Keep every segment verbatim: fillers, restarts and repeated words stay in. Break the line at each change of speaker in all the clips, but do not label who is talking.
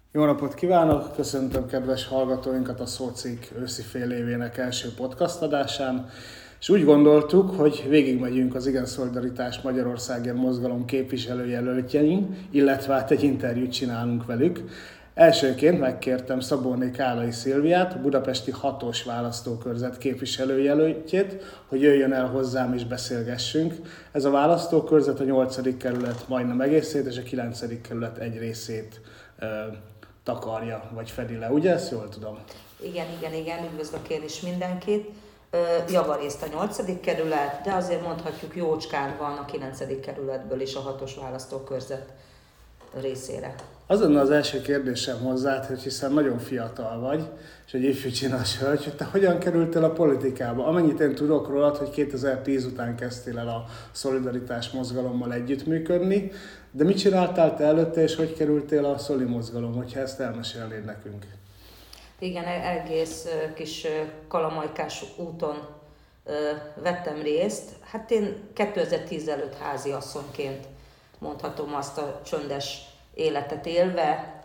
Jó napot kívánok! Köszöntöm kedves hallgatóinkat a Szócikk őszi fél évének első podcast adásán. És úgy gondoltuk, hogy végigmegyünk az Igen Szolidaritás Magyarországért mozgalom képviselőjelöltjein, illetve hát egy interjút csinálunk velük. Elsőként megkértem Szabóné Kálai Szilviát, a budapesti hatos választókörzet képviselőjelöltjét, hogy jöjjön el hozzám és beszélgessünk. Ez a választókörzet a nyolcadik kerület majdnem egészét és a kilencedik kerület egy részét ö, takarja, vagy fedi le. Ugye ezt jól tudom?
Igen, igen, igen, üdvözlök én is mindenkit. Javarészt a nyolcadik kerület, de azért mondhatjuk jócskán van a kilencedik kerületből is a hatos választókörzet részére.
Az lenne az első kérdésem hozzád, hogy hiszen nagyon fiatal vagy, és egy ifjú csinos hölgy, hogy te hogyan kerültél a politikába? Amennyit én tudok rólad, hogy kétezer-tíz után kezdtél el a Szolidaritás mozgalommal együttműködni, de mit csináltál te előtte, és hogy kerültél a Szoli mozgalom, hogyha ezt elmesélnéd nekünk?
Igen, egész kis kalamajkás úton vettem részt. Hát én kétezer-tíz előtt háziasszonyként mondhatom azt a csöndes életet élve,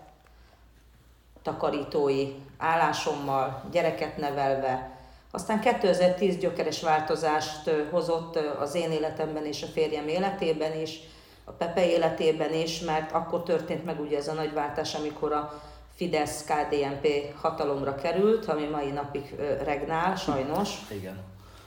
takarítói állásommal, gyereket nevelve. Aztán kétezer-tíz gyökeres változást hozott az én életemben és a férjem életében is, a Pepe életében is, mert akkor történt meg ugye ez a nagy váltás, amikor a Fidesz-ká dé en pé hatalomra került, ami mai napig regnál, sajnos.
Igen.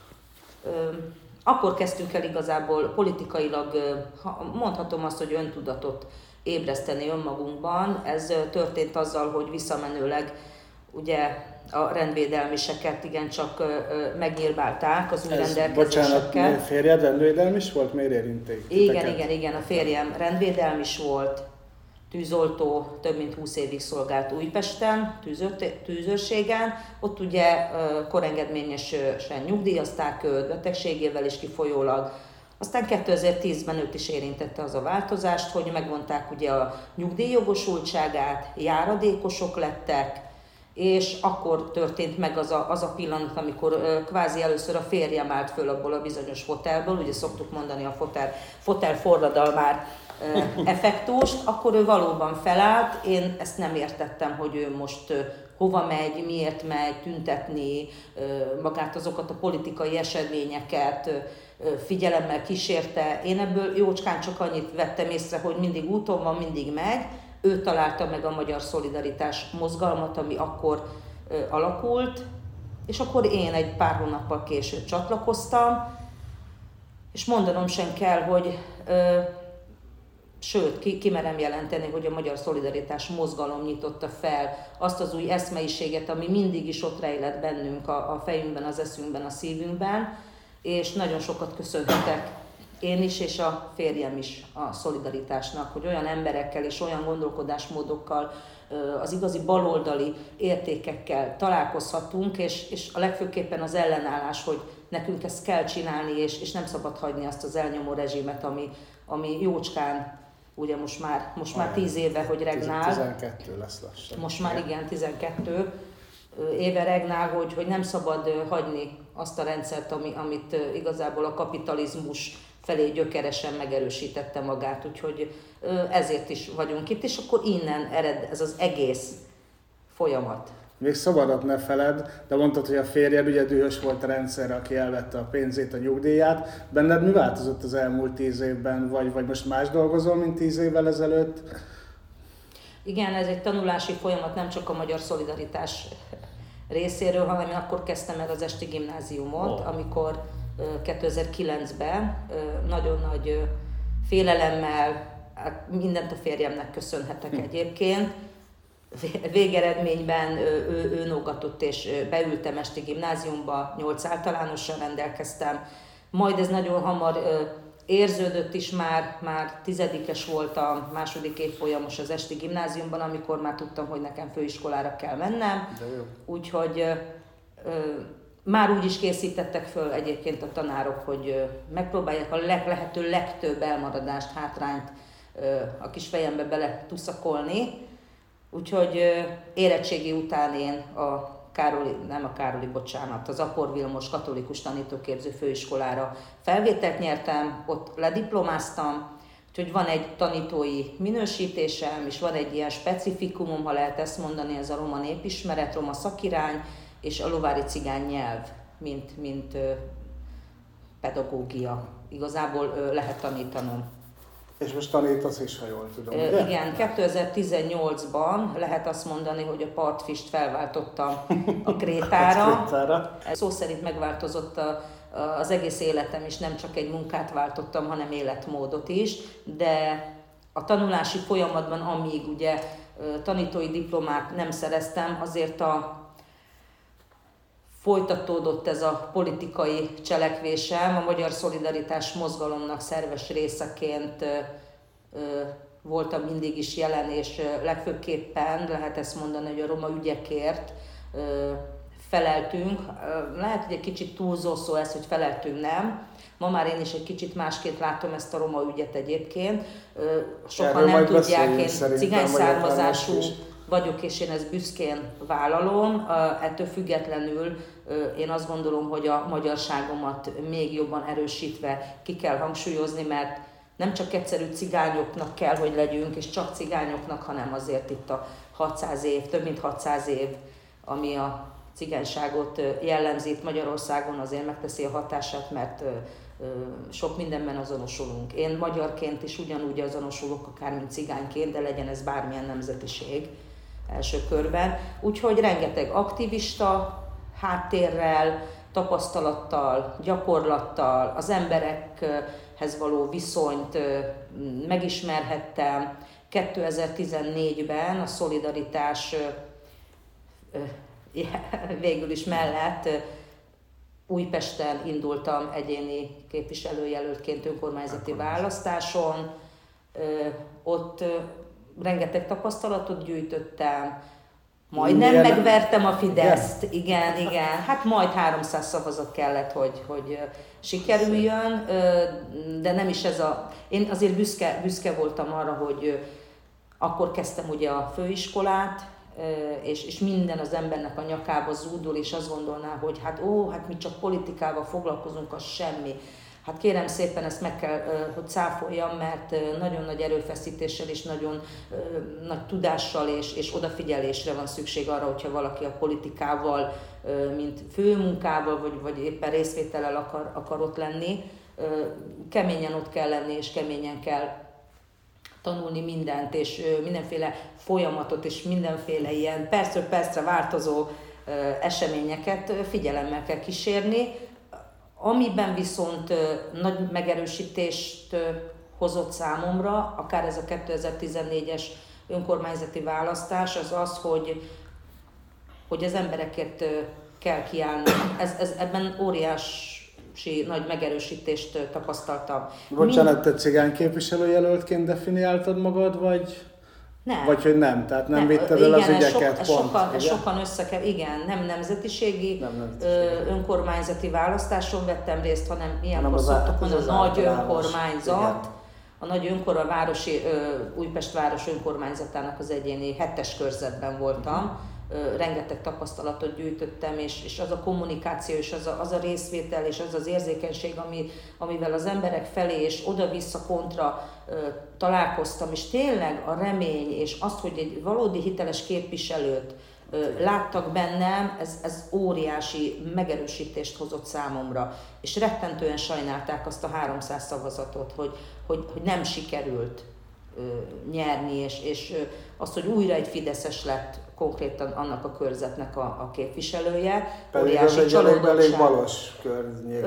Akkor kezdtünk el igazából politikailag, mondhatom azt, hogy öntudatot ébreszteni önmagunkban. Ez történt azzal, hogy visszamenőleg ugye a rendvédelmiseket igencsak megnyírbálták az új ez, rendelkezésekkel.
Bocsánat, férjed rendvédelmis volt? Miért érinték?
Igen, igen, igen, a férjem rendvédelmis volt, tűzoltó, több mint húsz évig szolgált Újpesten, tűzőrségen. Ott ugye korengedményesen nyugdíjazták őt, betegségével is kifolyólag. Aztán kétezer-tízben őt is érintette az a változást, hogy megvonták ugye a nyugdíjjogosultságát, járadékosok lettek, és akkor történt meg az a, az a pillanat, amikor uh, kvázi először a férjem állt föl abból a bizonyos fotelből, ugye szoktuk mondani a fotel, fotel forradalmár uh, effektust, akkor ő valóban felállt, én ezt nem értettem, hogy ő most uh, hova megy, miért megy, tüntetni, uh, magát azokat a politikai eseményeket, uh, figyelemmel kísérte. Én ebből jócskán csak annyit vettem észre, hogy mindig úton van, mindig megy. Ő találta meg a Magyar Szolidaritás mozgalmat, ami akkor ö, alakult, és akkor én egy pár hónappal később csatlakoztam, és mondanom sem kell, hogy ö, sőt, ki, ki merem jelenteni, hogy a Magyar Szolidaritás mozgalom nyitotta fel azt az új eszmeiséget, ami mindig is ott rejlett bennünk, a, a fejünkben, az eszünkben, a szívünkben, és nagyon sokat köszönhetek én is, és a férjem is a szolidaritásnak, hogy olyan emberekkel és olyan gondolkodásmódokkal, az igazi baloldali értékekkel találkozhatunk, és, és a legfőképpen az ellenállás, hogy nekünk ezt kell csinálni, és, és nem szabad hagyni azt az elnyomó rezsimet, ami, ami jócskán, ugye most már, most már tíz éve, hogy regnál.
tizenkettő lesz lassan.
Most már igen, tizenkettő éve regnál, hogy, hogy nem szabad hagyni azt a rendszert, ami, amit igazából a kapitalizmus felé gyökeresen megerősítette magát, úgyhogy ezért is vagyunk itt, és akkor innen ered ez az egész folyamat.
Még szabadat ne feledd, de mondtad, hogy a férjed ugye dühös volt a rendszerre, aki elvette a pénzét, a nyugdíját. Benned mi változott az elmúlt tíz évben, vagy, vagy most más dolgozol, mint tíz évvel ezelőtt?
Igen, ez egy tanulási folyamat, nem csak a Magyar Szolidaritás részéről, hanem én akkor kezdtem meg az esti gimnáziumot, oh. amikor kétezer-kilencben nagyon nagy félelemmel, hát mindent a férjemnek köszönhetek hm. egyébként, végeredményben ő, ő nógatott és beültem esti gimnáziumba, nyolc általánossal rendelkeztem, majd ez nagyon hamar érződött is már, már tizedikes voltam, második évfolyamos az esti gimnáziumban, amikor már tudtam, hogy nekem főiskolára kell mennem, úgyhogy már úgy is készítettek föl egyébként a tanárok, hogy megpróbálják a leg, lehető legtöbb elmaradást, hátrányt a kis fejembe bele tuszakolni. Úgyhogy érettségi után én a Károli, nem a Károli, bocsánat, az Apor Vilmos Katolikus Tanítóképző Főiskolára felvételt nyertem, ott lediplomáztam, Úgyhogy van egy tanítói minősítésem, és van egy ilyen specifikumom, ha lehet ezt mondani, ez a roma népismeret, roma szakirány, és a lovári cigány nyelv, mint, mint ö, pedagógia. Igazából ö, lehet tanítanom.
És most tanítasz is, ha jól tudom.
Ö, igen, kétezer-tizennyolcban lehet azt mondani, hogy a partfist felváltottam a krétára.
krétára.
Szó szerint megváltozott a, az egész életem is, nem csak egy munkát váltottam, hanem életmódot is, de a tanulási folyamatban, amíg ugye tanítói diplomát nem szereztem, azért a folytatódott ez a politikai cselekvésem, a Magyar Szolidaritás Mozgalomnak szerves részeként voltam mindig is jelen, és legfőképpen lehet ezt mondani, hogy a roma ügyekért feleltünk. Lehet, hogy egy kicsit túlzó szó ez, hogy feleltünk, nem. Ma már én is egy kicsit másként látom ezt a roma ügyet egyébként. Sokan erről nem tudják, én cigány származású vagyok, és én ezt büszkén vállalom. Ettől függetlenül én azt gondolom, hogy a magyarságomat még jobban erősítve ki kell hangsúlyozni, mert nem csak egyszerű cigányoknak kell, hogy legyünk, és csak cigányoknak, hanem azért itt a hatszáz év, több mint hatszáz év, ami a cigányságot jellemzi itt Magyarországon, azért megteszi a hatását, mert sok mindenben azonosulunk. Én magyarként is ugyanúgy azonosulok, akár mint cigányként, de legyen ez bármilyen nemzetiség első körben. Úgyhogy rengeteg aktivista háttérrel, tapasztalattal, gyakorlattal, az emberekhez való viszonyt megismerhettem. kétezer-tizennégyben a Szolidaritás végül is mellett Újpesten indultam egyéni képviselőjelöltként önkormányzati választáson. Ott rengeteg tapasztalatot gyűjtöttem, majdnem Milyen... megvertem a Fideszt, igen, igen, igen. Hát majd háromszáz szavazat kellett, hogy, hogy sikerüljön, de nem is ez a... Én azért büszke, büszke voltam arra, hogy akkor kezdtem ugye a főiskolát, És, és minden az embernek a nyakába zúdul, és azt gondolná, hogy hát ó, hát mi csak politikával foglalkozunk, az semmi. Hát kérem szépen, ezt meg kell, hogy cáfoljam, mert nagyon nagy erőfeszítéssel és nagyon nagy tudással és, és odafigyelésre van szükség arra, hogyha valaki a politikával, mint főmunkával, vagy, vagy éppen részvétellel akar, akar ott lenni. Keményen ott kell lenni, és keményen kell tanulni mindent, és mindenféle folyamatot, és mindenféle ilyen percről percre változó eseményeket figyelemmel kell kísérni. Amiben viszont nagy megerősítést hozott számomra, akár ez a kétezer-tizennégyes önkormányzati választás, az az, hogy, hogy az embereket kell kiállni. Ez, ez, ebben óriás nagy megerősítést tapasztaltam.
Bocsánat, te cigány képviselőjelöltként definiáltad magad, vagy,
nem.
vagy hogy nem? Tehát nem, nem vitted el az ügyeket,
so,
pont?
Sokan, igen? sokan összekev, igen, nem nemzetiségi, nem nemzetiségi önkormányzati választáson vettem részt, hanem ilyenkor szoktak mondani, a nagy önkormányzat, igen. A nagy önkormányzat, a városi, Újpest város önkormányzatának az egyéni hetes körzetben voltam. Uh-huh. Rengeteg tapasztalatot gyűjtöttem, és, és az a kommunikáció, és az a, az a részvétel, és az az érzékenység, ami, amivel az emberek felé és oda-vissza kontra uh, találkoztam, és tényleg a remény, és azt, hogy egy valódi hiteles képviselőt uh, láttak bennem, ez, ez óriási megerősítést hozott számomra, és rettentően sajnálták azt a háromszáz szavazatot, hogy, hogy, hogy nem sikerült uh, nyerni, és, és uh, azt, hogy újra egy fideszes lett konkrétan annak a körzetnek a, a képviselője.
Pedig ez egy elég, elég balos környék.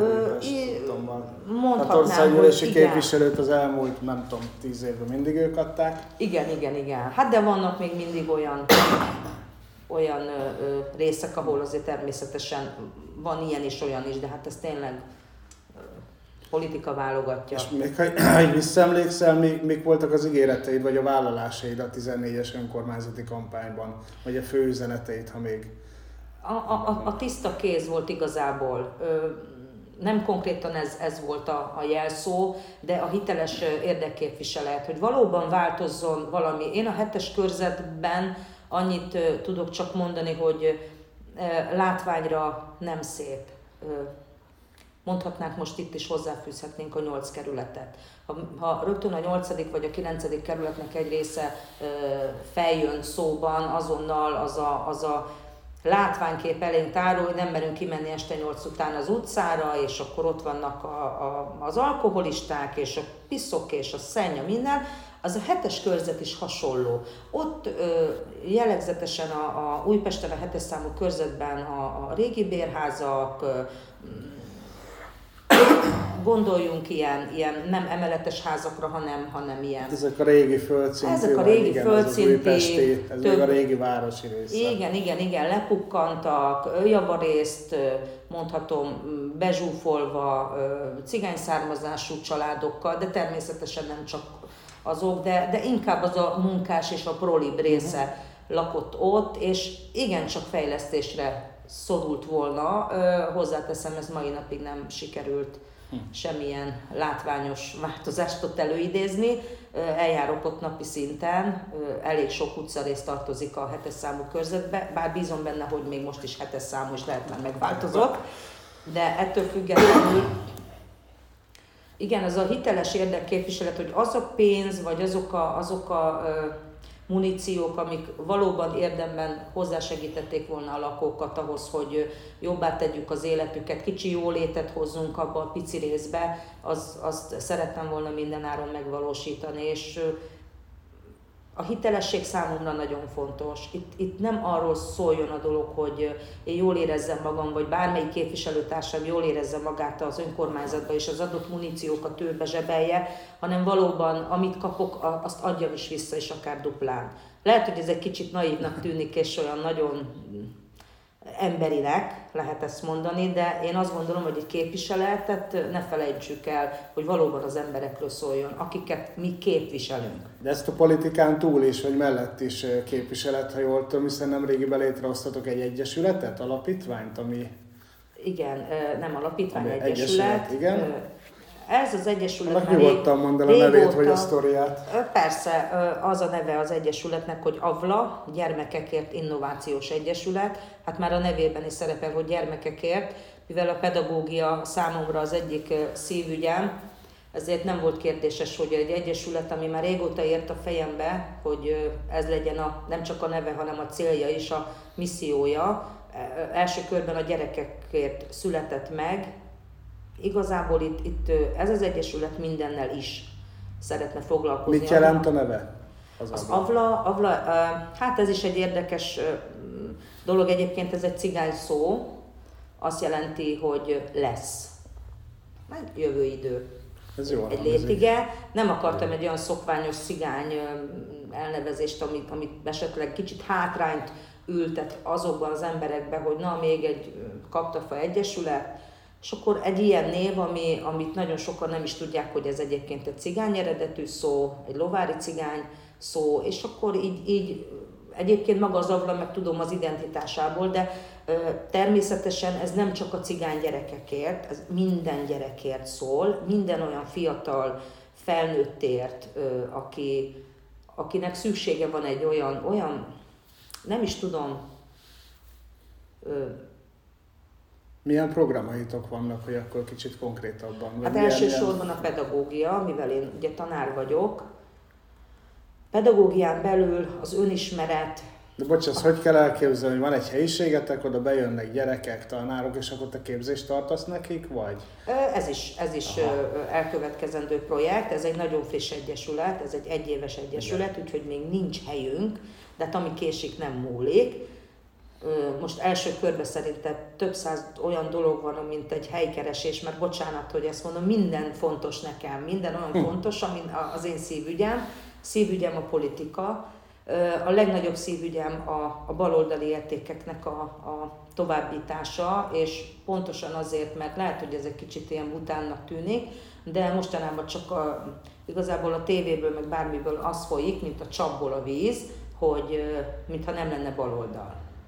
Mondhatnám,
hát országgyűlési képviselőt az elmúlt, nem tudom, tíz évben mindig ők adták.
Igen, igen, igen. Hát de vannak még mindig olyan, olyan ö, ö, részek, ahol azért természetesen van ilyen is, olyan is, de hát ez tényleg politika válogatja.
És még ha visszaemlékszel, mik, mik voltak az ígéreteid, vagy a vállalásaid a tizennégyes önkormányzati kampányban, vagy a fő üzeneteid, ha még...
A, a, a tiszta kéz volt igazából. Nem konkrétan ez, ez volt a, a jelszó, de a hiteles érdekképviselet, hogy valóban változzon valami. Én a hetes körzetben annyit tudok csak mondani, hogy látványra nem szép. Mondhatnánk most itt is hozzáfűzhetnénk a nyolc kerületet. Ha, ha rögtön a nyolcadik vagy a kilencedik kerületnek egy része ö, feljön szóban, azonnal az a, az a látványkép elénk tárul, hogy nem merünk kimenni este nyolc után az utcára, és akkor ott vannak a, a, az alkoholisták, és a piszok, és a szenny, a minden. Az a hetes körzet is hasonló. Ott ö, jellegzetesen a, a Újpesten a hetes számú körzetben a, a régi bérházak, ö, gondoljunk ilyen, ilyen nem emeletes házakra, hanem, hanem ilyen...
Ezek a régi földszintű,
Ezek a régi
igen,
földszinti,
ez, ez több, még a régi városi része.
Igen, igen, igen, lepukkantak, javarészt, mondhatom, bezsúfolva cigány származású családokkal, de természetesen nem csak azok, de, de inkább az a munkás és a prolib része uh-huh. lakott ott, és igencsak fejlesztésre szorult volna. Hozzáteszem, ez mai napig nem sikerült hm. semmilyen látványos változást ott előidézni. Eljárok ott napi szinten, elég sok utcarész tartozik a hetes számú körzetbe, bár bízom benne, hogy még most is hetes számú, és lehet már megváltozott. De ettől függetlenül, igen, az a hiteles érdekképviselet, hogy az a pénz, vagy azok a, azok a muníciók, amik valóban érdemben hozzásegítették volna a lakókat ahhoz, hogy jobbá tegyük az életüket, kicsi jólétet hozzunk abba a pici részbe, az, azt szerettem volna mindenáron megvalósítani, és a hitelesség számomra nagyon fontos. Itt, itt nem arról szóljon a dolog, hogy én jól érezzem magam, vagy bármelyik képviselőtársam jól érezze magát az önkormányzatban, és az adott muníciókat ő bezsebelje, hanem valóban, amit kapok, azt adjam is vissza, és akár duplán. Lehet, hogy ez egy kicsit naívnak tűnik, és olyan nagyon emberinek lehet ezt mondani, de én azt gondolom, hogy egy képviseletet ne felejtsük el, hogy valóban az emberekről szóljon, akiket mi képviselünk.
De ezt a politikán túl is, vagy mellett is képviselet, ha jól tudom, hiszen nemrégiben létrehoztatok egy egyesületet, alapítványt, ami...
Igen, nem alapítvány,
ami
egyesület.
egyesület. Igen.
Ez az egyesület
már nyugodtan mondd el a nevét, vagy a sztoriát.
Persze, az a neve az egyesületnek, hogy AVLA, Gyermekekért Innovációs Egyesület. Hát már a nevében is szerepel, hogy gyermekekért, mivel a pedagógia számomra az egyik szívügyem, ezért nem volt kérdéses, hogy egy egyesület, ami már régóta ért a fejembe, hogy ez legyen a, nem csak a neve, hanem a célja is, a missziója. Első körben a gyerekekért született meg. Igazából itt, itt ez az egyesület mindennel is szeretne foglalkozni.
Mit jelent a neve?
Az, az AVLA, AVLA, hát ez is egy érdekes dolog, egyébként ez egy cigány szó, azt jelenti, hogy lesz. Meg jövő idő.
Ez jó.
Egy létige. Nem akartam egy olyan szokványos cigány elnevezést, amit, amit esetleg kicsit hátrányt ültet azokban az emberekben, hogy na, még egy Kaptafa egyesület, és akkor egy ilyen név, ami, amit nagyon sokan nem is tudják, hogy ez egyébként egy cigány eredetű szó, egy lovári cigány szó, és akkor így, így egyébként maga az AVLA, meg tudom az identitásából, de ö, természetesen ez nem csak a cigány gyerekekért, ez minden gyerekért szól, minden olyan fiatal felnőttért, ö, aki, akinek szüksége van egy olyan, olyan nem is tudom, ö,
milyen programaitok vannak, hogy akkor kicsit konkrétabban?
Hát elsősorban a pedagógia, mivel én ugye tanár vagyok. Pedagógián belül az önismeret.
De bocs, ezt hogy kell elképzelni, hogy van egy helyiségetek, oda bejönnek gyerekek, tanárok, és akkor te képzést tartasz nekik, vagy?
Ez is, ez is elkövetkezendő projekt, ez egy nagyon friss egyesület, ez egy egyéves egyesület, igen. Úgyhogy még nincs helyünk, de hát ami késik, nem múlik. Most első körben szerintem több száz olyan dolog van, mint egy helykeresés, mert bocsánat, hogy ezt mondom, minden fontos nekem, minden olyan hm. fontos, ami az én szívügyem. Szívügyem a politika, a legnagyobb szívügyem a, a baloldali értékeknek a, a továbbítása, és pontosan azért, mert lehet, hogy ez egy kicsit ilyen butánnak tűnik, de mostanában csak a, igazából a tévéből, meg bármiből az folyik, mint a csapból a víz, hogy mintha nem lenne baloldal.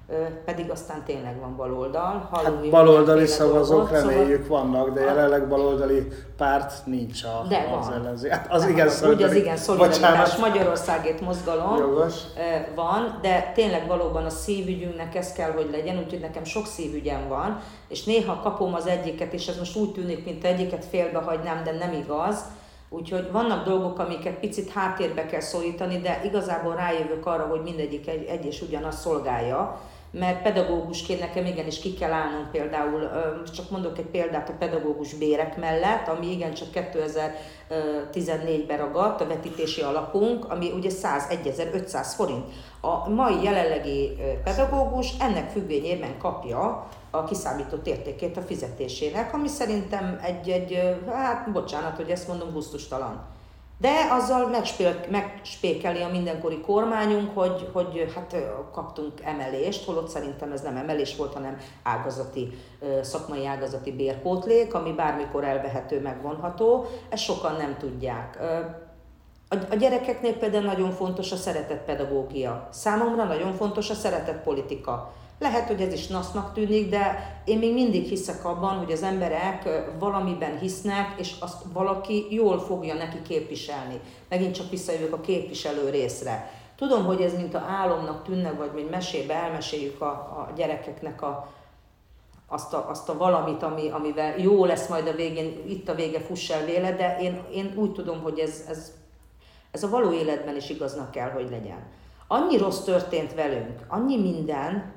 pedig aztán tényleg van baloldal.
Hát baloldali szavazók reméljük vannak, de jelenleg baloldali párt nincs a,
de
az
van.
ellenzék. Hát az
de
igen
úgy az igen szolidaritás Magyarországért mozgalom
Jogos.
van, de tényleg valóban a szívügyünknek ez kell, hogy legyen, úgyhogy nekem sok szívügyem van, és néha kapom az egyiket, és ez most úgy tűnik, mint egyiket félbehagynám, de nem igaz. Úgyhogy vannak dolgok, amiket picit háttérbe kell szorítani, de igazából rájövök arra, hogy mindegyik egy, egy és ugyanaz szolgálja, mert pedagógusként nekem igenis ki kell állnom például, csak mondok egy példát a pedagógus bérek mellett, ami igencsak kétezer-tizennégyben ragadt, a vetítési alapunk, ami ugye száz egyezer-ötszáz forint. A mai jelenlegi pedagógus ennek függvényében kapja a kiszámított értékét a fizetésének, ami szerintem egy, egy hát bocsánat, hogy ezt mondom, gusztustalan. De azzal megspékeli a mindenkori kormányunk, hogy, hogy hát kaptunk emelést, holott szerintem ez nem emelés volt, hanem ágazati, szakmai ágazati bérpótlék, ami bármikor elvehető, megvonható. Ezt sokan nem tudják. A gyerekeknél például nagyon fontos a szeretett pedagógia. Számomra nagyon fontos a szeretett politika. Lehet, hogy ez is nasznak tűnik, de én még mindig hiszek abban, hogy az emberek valamiben hisznek, és azt valaki jól fogja neki képviselni. Megint csak visszajövök a képviselő részre. Tudom, hogy ez mint a álomnak tűnne, vagy mint mesébe elmeséljük a, a gyerekeknek a, azt, a, azt a valamit, ami, amivel jó lesz majd a végén, itt a vége, fuss el véle, de én, én úgy tudom, hogy ez, ez, ez a való életben is igaznak kell, hogy legyen. Annyi rossz történt velünk, annyi minden.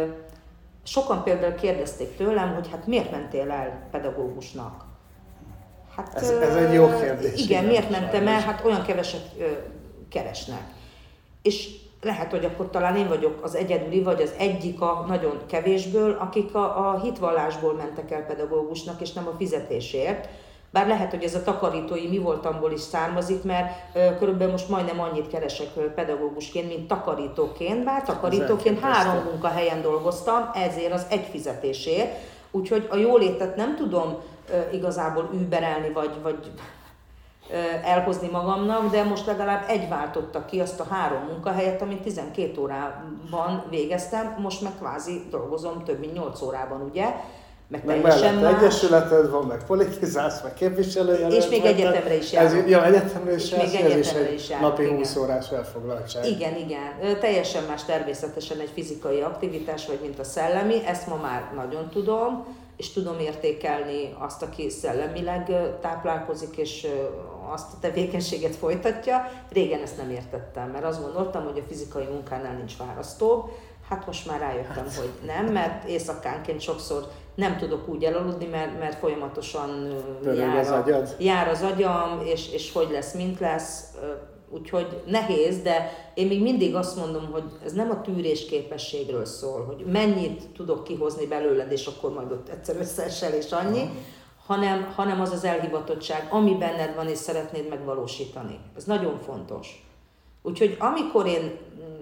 Sokan például kérdezték tőlem, hogy hát miért mentél el pedagógusnak? Hát,
ez, ez egy jó kérdés.
Igen, miért mentem el? Hát olyan keveset keresnek. És lehet, hogy akkor talán én vagyok az egyedüli, vagy az egyik a nagyon kevésből, akik a, a hitvallásból mentek el pedagógusnak, és nem a fizetésért. Bár lehet, hogy ez a takarítói mi voltamból is származik, mert uh, körülbelül most majdnem annyit keresek uh, pedagógusként, mint takarítóként, bár takarítóként három munkahelyen dolgoztam, ezért az egy fizetésért. Úgyhogy a jólétet nem tudom uh, igazából überelni, vagy, vagy uh, elhozni magamnak, de most legalább egy váltotta ki azt a három munkahelyet, amit tizenkét órában végeztem, most meg kvázi dolgozom több mint nyolc órában, ugye?
Meg, meg mellett egyesületed van, meg politizálsz, meg képviselőjelölt.
És még egyetemre is járok.
Ez, ja, egyetemre is
jársz, ez is egy
is napi húsz órás elfoglaltság.
Igen, igen. Teljesen más természetesen egy fizikai aktivitás, vagy mint a szellemi. Ezt ma már nagyon tudom, és tudom értékelni azt, aki szellemileg táplálkozik, és azt a tevékenységet folytatja. Régen ezt nem értettem, mert azt gondoltam, hogy a fizikai munkánál nincs fárasztóbb. Hát most már rájöttem, hogy nem, mert éjszakánként sokszor nem tudok úgy elaludni, mert, mert folyamatosan jár,
az
a, jár az agyam, és, és hogy lesz, mint lesz. Úgyhogy nehéz, de én még mindig azt mondom, hogy ez nem a tűrés képességről szól, hogy mennyit tudok kihozni belőled, és akkor majd ott egyszer összeesel, és annyi, hanem, hanem az az elhivatottság, ami benned van, és szeretnéd megvalósítani. Ez nagyon fontos. Úgyhogy amikor én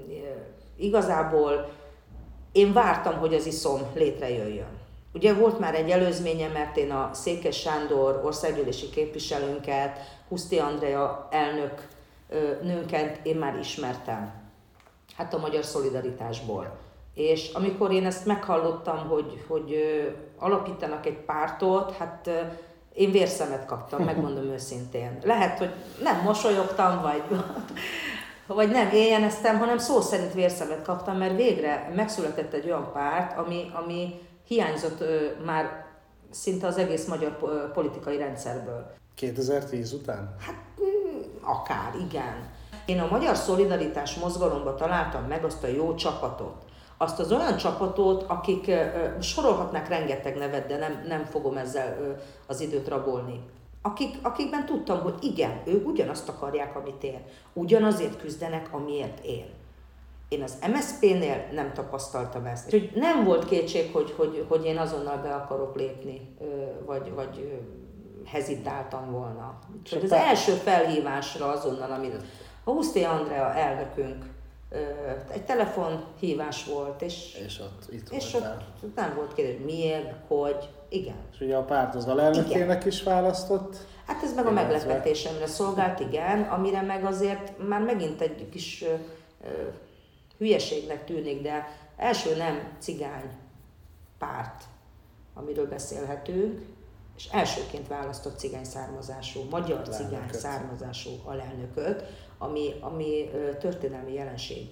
igazából én vártam, hogy az iszom létrejöjjön. Ugye volt már egy előzménye, mert én a Székely Sándor országgyűlési képviselőnket, Huszti Andrea elnök nőnket én már ismertem. Hát a Magyar Szolidaritásból. És amikor én ezt meghallottam, hogy, hogy alapítanak egy pártot, hát én vérszemet kaptam, megmondom őszintén. Lehet, hogy nem mosolyogtam, vagy... vagy nem éjjeneztem, hanem szó szerint vérszemet kaptam, mert végre megszületett egy olyan párt, ami, ami hiányzott ö, már szinte az egész magyar politikai rendszerből.
kétezer-tíz után?
Hát akár, igen. Én a Magyar Szolidaritás mozgalomba találtam meg azt a jó csapatot. Azt az olyan csapatot, akik ö, sorolhatnák rengeteg nevet, de nem, nem fogom ezzel ö, az időt rabolni. Akik, akikben tudtam, hogy igen, ők ugyanazt akarják, amit én. Ugyanazért küzdenek, amiért én. Én az em es zé pé-nél nem tapasztaltam ezt. Úgyhogy nem volt kétség, hogy, hogy, hogy én azonnal be akarok lépni, vagy, vagy hezitáltam volna. Úgyhogy az első felhívásra azonnal, amit a Huszti Andrea elnökünk, egy telefonhívás volt, és,
és ott itt
és ott nem volt kérdés, miért, hogy, igen.
És ugye a párt az alelnökének is választott.
Hát ez meg a meglepetésemre szolgált, igen, amire meg azért már megint egy kis ö, ö, hülyeségnek tűnik, de Első nem cigány párt, amiről beszélhetünk, és elsőként választott cigány származású, magyar cigány származású alelnököt, ami, ami történelmi jelenség.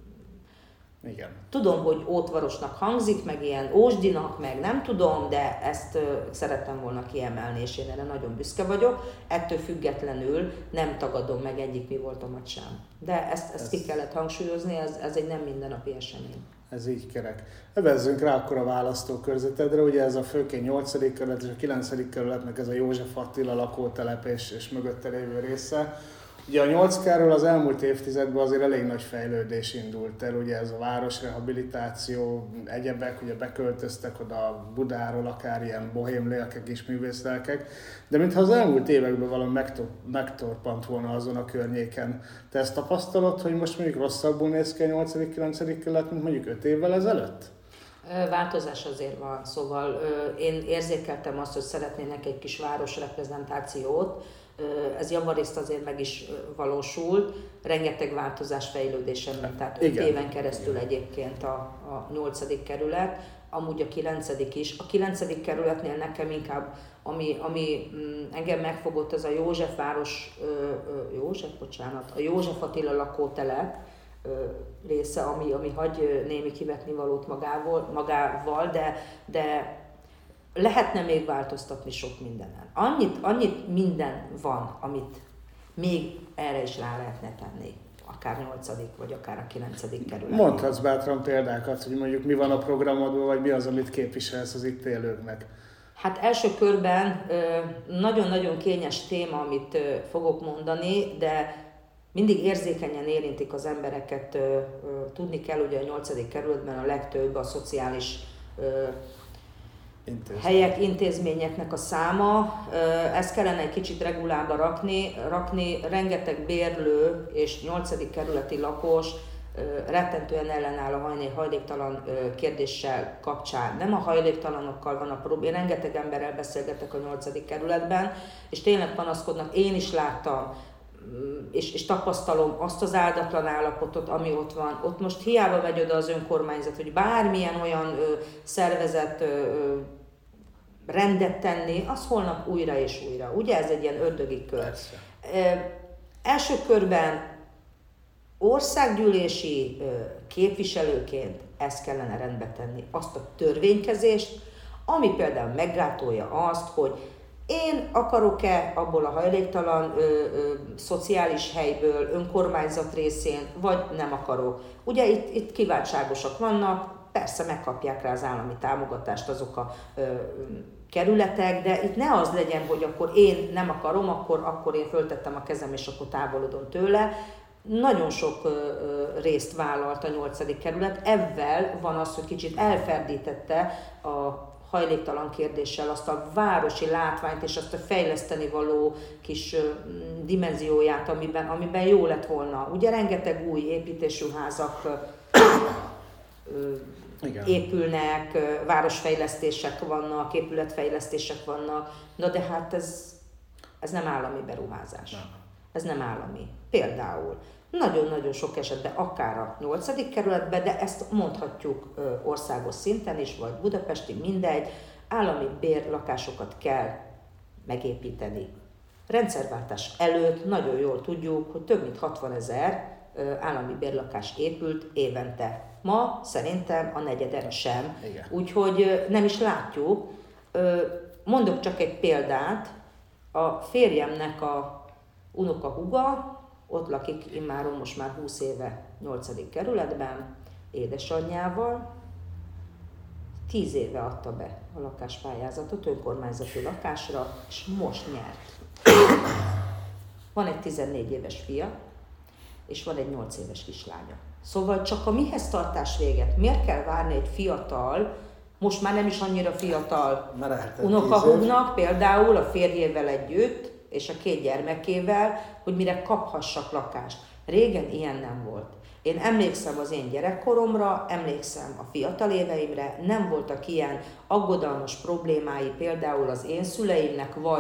Igen.
Tudom, hogy ótvarosnak hangzik, meg ilyen ósdinak, meg nem tudom, de ezt uh, szerettem volna kiemelni, és én erre nagyon büszke vagyok. Ettől függetlenül nem tagadom meg egyik mi voltomat sem. De ezt, ezt ez... ki kellett hangsúlyozni, ez, ez egy nem mindennapi esemény.
Ez így kerek. Övezzünk rá akkor a választókörzetedre, ugye ez a főként nyolcadik kerület és a kilencedik kerületnek ez a József Attila lakótelep és, és mögötte lévő része. Ugye a nyolckáról az elmúlt évtizedben azért elég nagy fejlődés indult el, ugye ez a városrehabilitáció, egyebek, ugye beköltöztek oda Budáról, akár ilyen bohém lélkek és művészlelkek, de mintha az elmúlt években valami megtorpant volna azon a környéken. Te ezt tapasztalod, hogy most mondjuk rosszabbul néz ki a nyolcadik-kilencedik kerület, mint mondjuk öt évvel ezelőtt?
Változás azért van, szóval én érzékeltem azt, hogy szeretnének egy kis városreprezentációt. Ez javarészt azért meg is valósult, rengeteg változás fejlődésen ment, tehát öt éven keresztül igen. Egyébként a, a nyolcadik kerület, amúgy a kilencedik is. A kilencedik kerületnél nekem inkább, ami, ami engem megfogott, ez a Józsefváros, József, bocsánat, a József Attila lakótelep része, ami, ami hagy némi kivetni valót magával, magával de, de lehetne még változtatni sok mindenen. Annyit, annyit minden van, amit még erre is rá lehetne tenni, akár nyolcadik vagy akár a kilencedik kerület.
Mondhatsz bátran példákat, hogy mondjuk mi van a programodban, vagy mi az, amit képviselsz az itt élőknek?
Hát első körben nagyon-nagyon kényes téma, amit fogok mondani, de mindig érzékenyen érintik az embereket. Tudni kell, hogy a nyolcadik kerületben a legtöbb a szociális Intézmény. helyek, intézményeknek a száma. Ezt kellene egy kicsit regulába rakni, rakni. Rengeteg bérlő és nyolcadik kerületi lakos rettentően ellenáll a hajléktalan kérdéssel kapcsán. Nem a hajléktalanokkal van a probléma. Én rengeteg emberrel beszélgetek a nyolcadik kerületben, és tényleg panaszkodnak. Én is láttam, és, és tapasztalom azt az áldatlan állapotot, ami ott van. Ott most hiába megy oda az önkormányzat, hogy bármilyen olyan ö, szervezet ö, rendet tenni, az holnap újra és újra. Ugye ez egy ilyen ördögi kör. E, első körben országgyűlési ö, képviselőként ezt kellene rendbe tenni, azt a törvénykezést, ami például meggátolja azt, hogy én akarok-e abból a hajléktalan ö, ö, szociális helyből, önkormányzat részén, vagy nem akarok. Ugye itt, itt kiváltságosak vannak, persze megkapják rá az állami támogatást azok a ö, kerületek, de itt ne az legyen, hogy akkor én nem akarom, akkor, akkor én föltettem a kezem, és akkor távolodom tőle. Nagyon sok ö, ö, részt vállalt a nyolcadik kerület, ebben van az, hogy kicsit elferdítette a hajléktalan kérdéssel azt a városi látványt és azt a fejleszteni való kis dimenzióját, amiben, amiben jó lett volna. Ugye rengeteg új építésű házak Igen. épülnek, városfejlesztések vannak, épületfejlesztések vannak, na de hát ez, ez nem állami beruházás. Nem. Ez nem állami. Például nagyon-nagyon sok esetben, akár a nyolcadik kerületben, de ezt mondhatjuk országos szinten is, vagy budapesti, mindegy, állami bérlakásokat kell megépíteni. Rendszerváltás előtt nagyon jól tudjuk, hogy több mint hatvanezer állami bérlakás épült évente. Ma szerintem a negyede sem. Igen. Úgyhogy nem is látjuk. Mondok csak egy példát. A férjemnek a unokahúga, ott lakik immáron most már húsz éve nyolcadik kerületben, édesanyjával. tíz éve adta be a lakáspályázatot önkormányzati lakásra, és most nyert. Van egy tizennégy éves fia, és van egy nyolc éves kislánya. Szóval csak a mihez tartás véget? Miért kell várni egy fiatal, most már nem is annyira fiatal unokahúgnak, például a férjével együtt, és a két gyermekével, hogy mire kaphassak lakást. Régen ilyen nem volt. Én emlékszem az én gyerekkoromra, emlékszem a fiatal éveimre, nem voltak ilyen aggodalmas problémái például az én szüleimnek, vagy,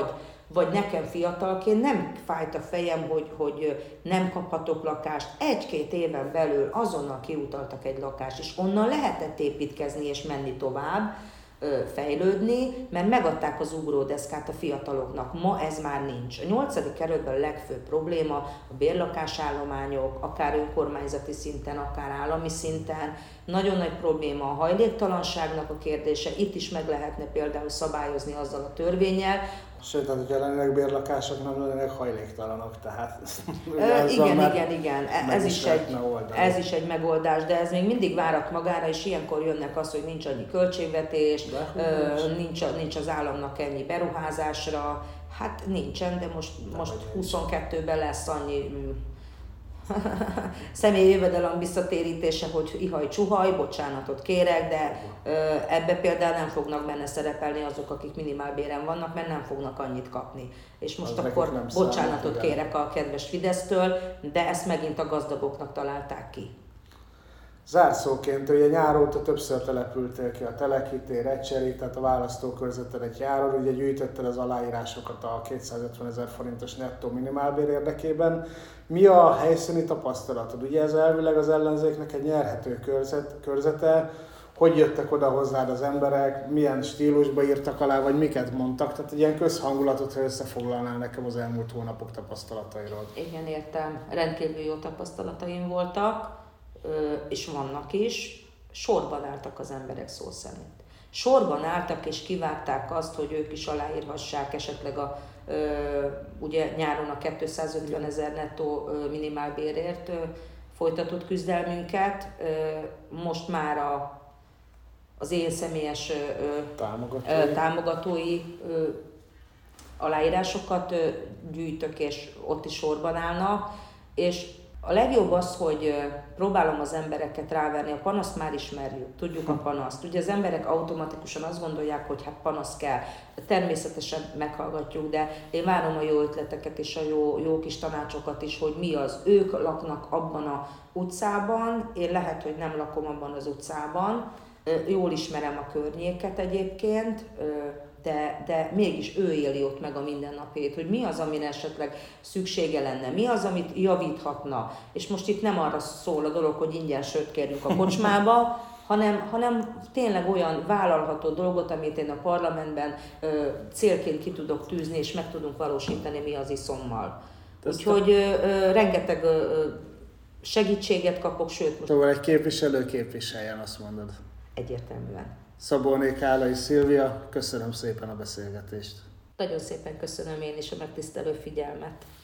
vagy nekem fiatalként nem fájt a fejem, hogy, hogy nem kaphatok lakást. Egy-két éven belül azonnal kiutaltak egy lakást, és onnan lehetett építkezni és menni tovább, fejlődni, mert megadták az ugródeszkát a fiataloknak. Ma ez már nincs. A nyolcadik kerületben a legfőbb probléma a bérlakásállományok, akár önkormányzati szinten, akár állami szinten. Nagyon nagy probléma a hajléktalanságnak a kérdése. Itt is meg lehetne például szabályozni azzal a törvénnyel.
Sőt, hát, hogyha lennének bérlakások, nem lennének hajléktalanok, tehát...
Ö, igen, igen, igen, ez is, egy, ez is egy megoldás, de ez még mindig várat magára, és ilyenkor jönnek az, hogy nincs annyi költségvetés, ö, nincs, nincs az államnak ennyi beruházásra, hát nincsen, de most, most huszonkettőben lesz annyi személyi jövedelem visszatérítése, hogy ihaj csuhaj, bocsánatot kérek, de ö, ebbe például nem fognak benne szerepelni azok, akik minimálbéren vannak, mert nem fognak annyit kapni. És most az akkor bocsánatot számít, kérek a kedves Fidesztől, de ezt megint a gazdagoknak találták ki.
Zárszóként, ugye nyár óta többször települtél ki a Teleki tér, Ecseri, tehát a választókörzetedet járod, ugye gyűjtötted az aláírásokat a kétszázötven ezer forintos nettó minimálbér érdekében. Mi a helyszíni tapasztalatod? Ugye ez elvileg az ellenzéknek egy nyerhető körzet, körzete. Hogy jöttek oda hozzád az emberek, milyen stílusba írtak alá, vagy miket mondtak? Tehát egy ilyen közhangulatot, ha összefoglalnál nekem az elmúlt hónapok tapasztalatairól.
Igen, értem. Rendkívül jó tapasztalataim voltak, és vannak is. Sorban álltak az emberek szó szerint. Sorban álltak és kivárták azt, hogy ők is aláírhassák esetleg a, ugye nyáron a kétszázötven ezer nettó minimálbérért folytatott küzdelmünket. Most már a az én személyes
támogatói,
támogatói aláírásokat gyűjtök, és ott is sorban állnak. És a legjobb az, hogy próbálom az embereket ráverni, a panaszt már ismerjük, tudjuk a panaszt. Ugye az emberek automatikusan azt gondolják, hogy hát panasz kell. Természetesen meghallgatjuk, de én várom a jó ötleteket és a jó, jó kis tanácsokat is, hogy mi az. Ők laknak abban az utcában, én lehet, hogy nem lakom abban az utcában, jól ismerem a környéket egyébként, de, de mégis ő éli ott meg a mindennapjait, hogy mi az, amire esetleg szüksége lenne, mi az, amit javíthatna. És most itt nem arra szól a dolog, hogy ingyen sört kérjünk a kocsmába, hanem, hanem tényleg olyan vállalható dolgot, amit én a parlamentben ö, célként ki tudok tűzni, és meg tudunk valósítani mi az iszommal. Úgyhogy ö, ö, rengeteg ö, segítséget kapok, sőt most...
Szóval egy képviselő képviseljen, azt mondod.
Egyértelműen.
Szabolné Kálai Szilvia, köszönöm szépen a beszélgetést.
Nagyon szépen köszönöm én is a megtisztelő figyelmet.